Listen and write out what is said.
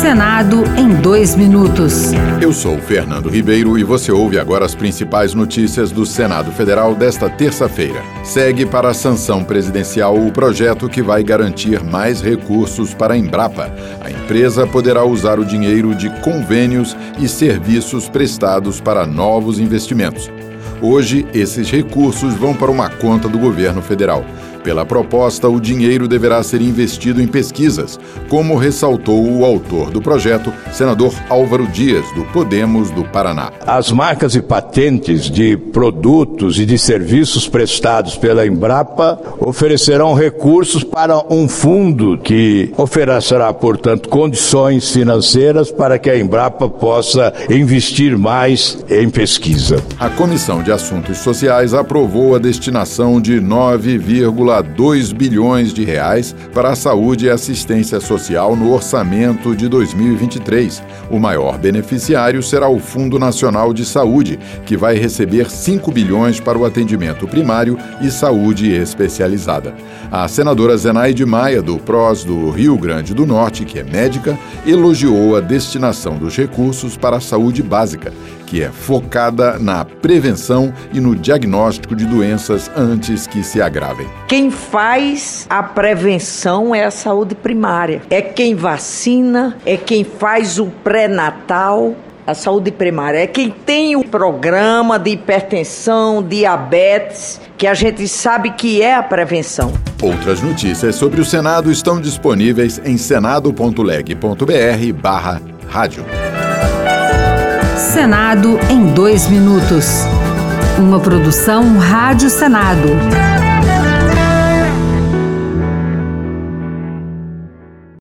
Senado em 2 minutos. Eu sou Fernando Ribeiro e você ouve agora as principais notícias do Senado Federal desta terça-feira. Segue para a sanção presidencial o projeto que vai garantir mais recursos para a Embrapa. A empresa poderá usar o dinheiro de convênios e serviços prestados para novos investimentos. Hoje, esses recursos vão para uma conta do governo federal. Pela proposta, o dinheiro deverá ser investido em pesquisas, como ressaltou o autor do projeto, senador Álvaro Dias, do Podemos do Paraná. As marcas e patentes de produtos e de serviços prestados pela Embrapa oferecerão recursos para um fundo que oferecerá, portanto, condições financeiras para que a Embrapa possa investir mais em pesquisa. A Comissão de Assuntos Sociais aprovou a destinação de 9,2 bilhões de reais para a saúde e assistência social no orçamento de 2023. O maior beneficiário será o Fundo Nacional de Saúde, que vai receber 5 bilhões para o atendimento primário e saúde especializada. A senadora Zenaide Maia, do PROS do Rio Grande do Norte, que é médica, elogiou a destinação dos recursos para a saúde básica, que é focada na prevenção e no diagnóstico de doenças antes que se agravem. Quem faz a prevenção é a saúde primária. É quem vacina, é quem faz o pré-natal. A saúde primária é quem tem o programa de hipertensão, diabetes, que a gente sabe que é a prevenção. Outras notícias sobre o Senado estão disponíveis em senado.leg.br/rádio. Senado em 2 minutos. Uma produção Rádio Senado.